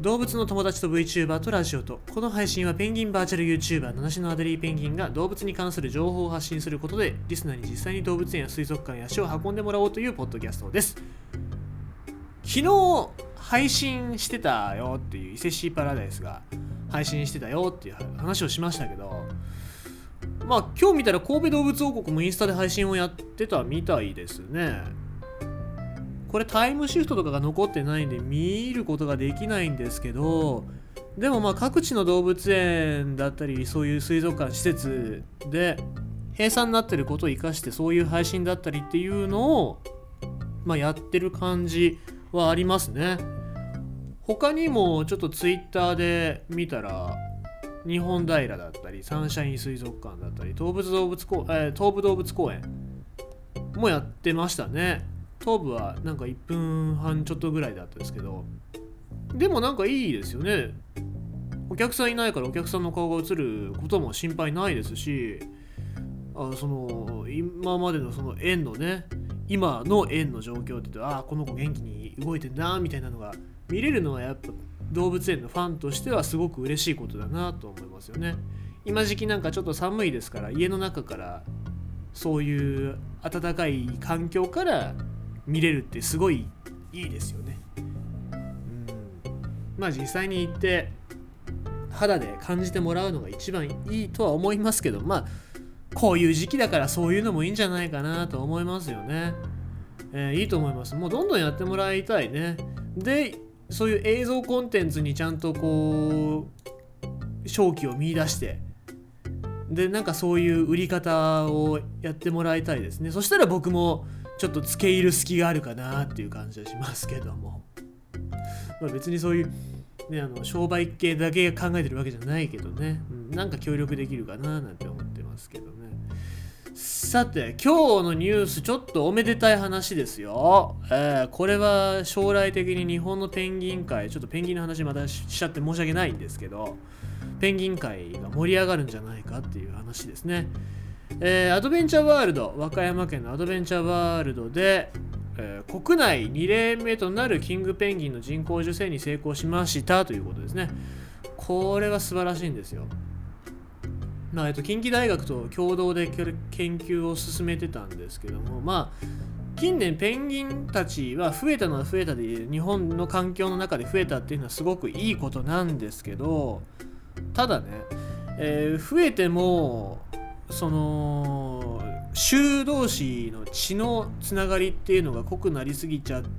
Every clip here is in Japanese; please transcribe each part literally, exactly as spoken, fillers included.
動物の友達と VTuber とラジオと、この配信はペンギンバーチャル YouTuber 七種のアデリーペンギンが動物に関する情報を発信することでリスナーに実際に動物園や水族館に足を運んでもらおうというポッドキャストです。昨日配信してたよっていう伊勢シーパラダイスが配信してたよっていう話をしましたけど、まあ今日見たら神戸動物王国もインスタで配信をやってたみたいですね。これタイムシフトとかが残ってないんで見ることができないんですけど、でもまあ各地の動物園だったりそういう水族館施設で閉鎖になってることを生かしてそういう配信だったりっていうのをまあやってる感じはありますね。他にもちょっとツイッターで見たら日本平だったりサンシャイン水族館だったり東武動物公、えー、東武動物公園もやってましたね。東部はなんかいっぷんはんちょっとぐらいだったんですけど、でもなんかいいですよね。お客さんいないからお客さんの顔が映ることも心配ないですし、あその今までのその園のね、今の園の状況って言うと、あこの子元気に動いてんなみたいなのが見れるのはやっぱ動物園のファンとしてはすごく嬉しいことだなと思いますよね。今時期なんかちょっと寒いですから家の中からそういう暖かい環境から見れるってすごいいいですよね。うん、まあ実際に行って肌で感じてもらうのが一番いいとは思いますけど、まあこういう時期だからそういうのもいいんじゃないかなと思いますよね。えー、いいと思います。もうどんどんやってもらいたいね。で、そういう映像コンテンツにちゃんとこう商機を見出して、でなんかそういう売り方をやってもらいたいですね。そしたら僕もちょっと付け入る隙があるかなっていう感じはしますけども、まあ、別にそういう、ね、あの商売系だけ考えてるわけじゃないけどね、うん、なんか協力できるかななんて思ってますけどね。さて今日のニュースちょっとおめでたい話ですよ。えー、これは将来的に日本のペンギン界、ちょっとペンギンの話またしちゃって申し訳ないんですけど、ペンギン界が盛り上がるんじゃないかっていう話ですね。えー、アドベンチャーワールド、和歌山県のアドベンチャーワールドで、えー、国内に例目となるキングペンギンの人工授精に成功しましたということですね。これは素晴らしいんですよ。まあえっと、近畿大学と共同で研究を進めてたんですけども、まあ近年ペンギンたちは増えたのは増えたで、日本の環境の中で増えたっていうのはすごくいいことなんですけど、ただね、えー、増えてもその種同士の血のつながりっていうのが濃くなりすぎちゃって、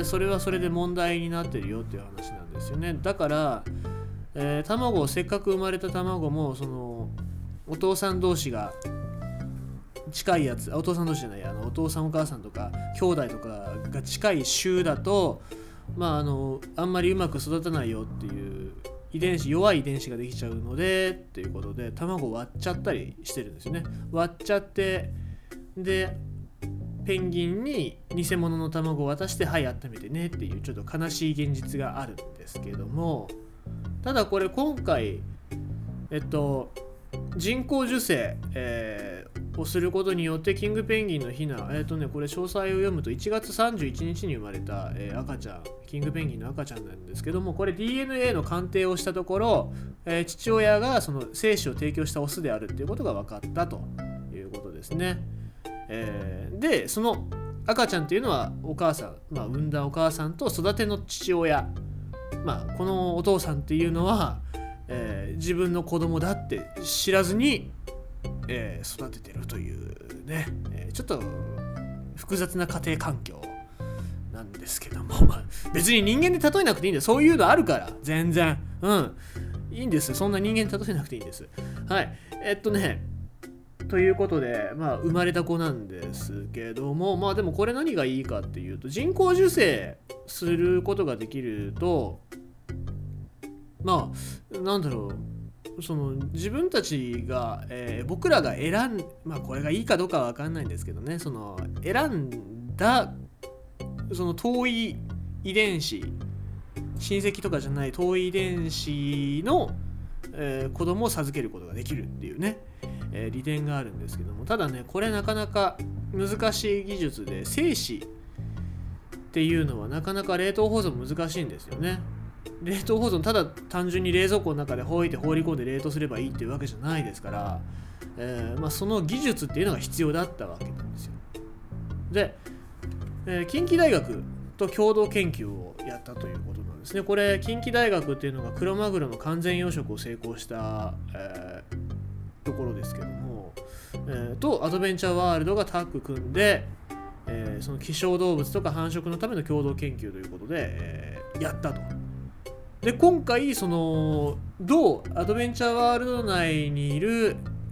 それはそれで問題になってるよっていう話なんですよね。だから、えー、卵せっかく生まれた卵もそのお父さん同士が近いやつ、お父さん同士じゃない、あのお父さんお母さんとか兄弟とかが近い種だと、まああのあんまりうまく育たないよっていう遺伝子、弱い遺伝子ができちゃうのでっていうことで卵を割っちゃったりしてるんですよね。割っちゃって、でペンギンに偽物の卵を渡して、はい温めてねっていうちょっと悲しい現実があるんですけども、ただこれ今回えっと人工授精、えー、をすることによってキングペンギンのヒナ、えっとねこれ詳細を読むといちがつさんじゅういちにちに生まれた、えー、赤ちゃん、キングペンギンの赤ちゃんなんですけども、これ ディーエヌエー の鑑定をしたところ、えー、父親がその精子を提供したオスであるっていうことが分かったということですね。えー、でその赤ちゃんっていうのはお母さん、まあ、産んだお母さんと育ての父親、まあ、このお父さんっていうのは、えー、自分の子供だって知らずに、えー、育ててるというね、えー、ちょっと複雑な家庭環境なんですけども、まあ、別に人間で例えなくていいんだよ。そういうのあるから全然うんいいんです。そんな人間で例えなくていいんです。はいえっとねということで、まあ、生まれた子なんですけども、まあでもこれ何がいいかっていうと、人工授精することができると、まあなんだろう、その自分たちが、えー、僕らが選ん、まあこれがいいかどうかは分かんないんですけどね、その選んだその遠い遺伝子、親戚とかじゃない遠い遺伝子の、えー、子供を授けることができるっていうね、えー、利点があるんですけども、ただねこれなかなか難しい技術で、精子っていうのはなかなか冷凍保存難しいんですよね。 冷凍保存ただ単純に冷蔵庫の中で放いて放り込んで冷凍すればいいっていうわけじゃないですから、えーまあ、その技術っていうのが必要だったわけなんですよ。で、えー、近畿大学と共同研究をやったということなんですね。これ近畿大学っていうのがクロマグロの完全養殖を成功した、えー、ところですけども、えー、とアドベンチャーワールドがタッグ組んで、えー、その希少動物とか繁殖のための共同研究ということで、えー、やったと。で今回その同アドベンチャーワールド内にいる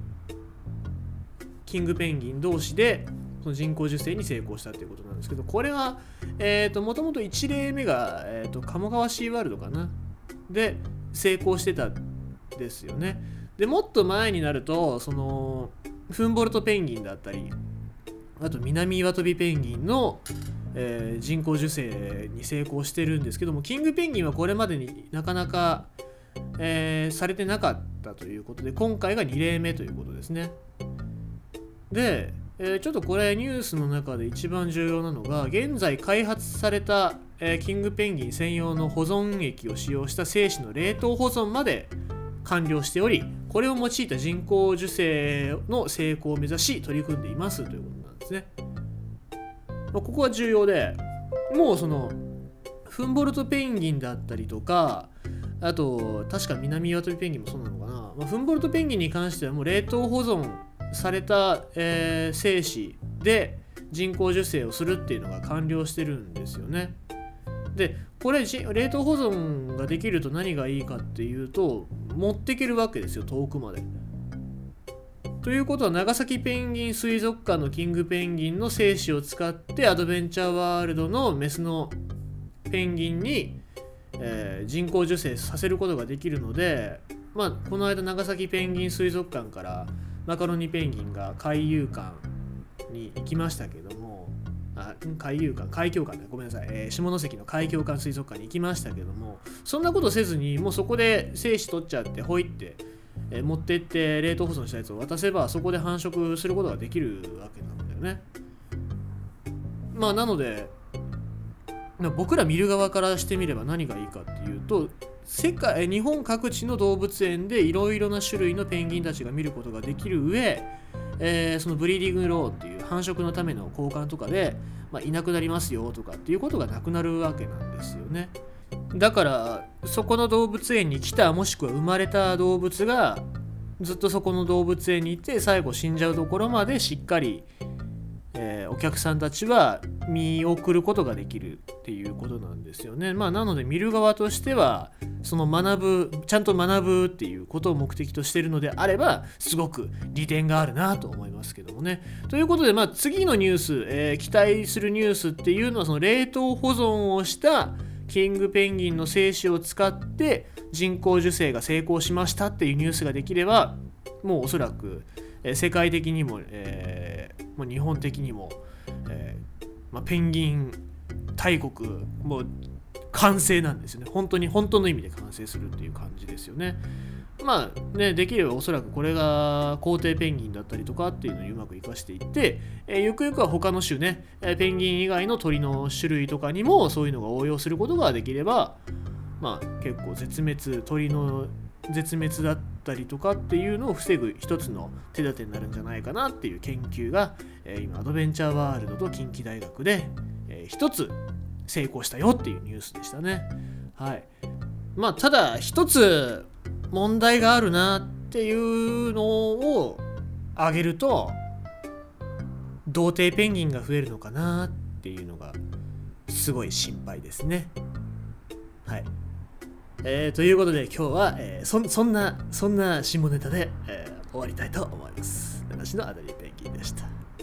キングペンギン同士でその人工授精に成功したということなんですけど、これはえっともともといち例目が、えー、と鴨川シーワールドかなで成功してたんですよね。でもっと前になるとそのフンボルトペンギンだったり、あと南岩飛びペンギンのえー、人工授精に成功してるんですけども、キングペンギンはこれまでになかなか、えー、されてなかったということで、今回がに例目ということですね。で、えー、ちょっとこれニュースの中で一番重要なのが、現在開発された、えー、キングペンギン専用の保存液を使用した精子の冷凍保存まで完了しており、これを用いた人工授精の成功を目指し取り組んでいますということなんですね。ここは重要で、もうそのフンボルトペンギンだったりとか、あと確か南岩飛びペンギンもそうなのかな、まあ、フンボルトペンギンに関してはもう冷凍保存された、えー、精子で人工授精をするっていうのが完了してるんですよね。でこれ冷凍保存ができると何がいいかっていうと、持っていけるわけですよ、遠くまで。ということは長崎ペンギン水族館のキングペンギンの精子を使ってアドベンチャーワールドのメスのペンギンに、えー、人工授精させることができるので、まあ、この間長崎ペンギン水族館からマカロニペンギンが海遊館に行きましたけども、あ海遊館海峡館ねごめんなさい、えー、下関の海峡館水族館に行きましたけども、そんなことせずにもうそこで精子取っちゃってほいってえー、持ってって冷凍保存したやつを渡せばそこで繁殖することができるわけなんだよね。まあなので僕ら見る側からしてみれば何がいいかっていうと、世界日本各地の動物園でいろいろな種類のペンギンたちが見ることができる上、えー、そのブリーディングローっていう繁殖のための交換とかで、まあ、いなくなりますよとかっていうことがなくなるわけなんですよね。だからそこの動物園に来たもしくは生まれた動物がずっとそこの動物園にいて最後死んじゃうところまでしっかり、えー、お客さんたちは見送ることができるっていうことなんですよね。まあなので見る側としてはその学ぶちゃんと学ぶっていうことを目的としているのであればすごく利点があるなと思いますけどもね。ということでまあ次のニュース、えー、期待するニュースっていうのはその冷凍保存をしたキングペンギンの精子を使って人工授精が成功しましたっていうニュースができれば、もうおそらく、えー、世界的にも、えー、もう日本的にも、えーまあ、ペンギン大国もう完成なんですよね。本当に本当の意味で完成するっていう感じですよね。まあね、できればおそらくこれが皇帝ペンギンだったりとかっていうのにうまく活かしていって、えー、ゆくゆくは他の種ね、えー、ペンギン以外の鳥の種類とかにもそういうのが応用することができれば、まあ結構絶滅鳥の絶滅だったりとかっていうのを防ぐ一つの手立てになるんじゃないかなっていう研究が、えー、今アドベンチャーワールドと近畿大学で、えー、一つ成功したよっていうニュースでしたね。はい。まあただ一つ問題があるなっていうのを挙げると、童貞ペンギンが増えるのかなっていうのがすごい心配ですね。はい。えー、ということで今日は、えー、そ, そんなそんな下ネタで、えー、終わりたいと思います。私のアドリーペンギンでした。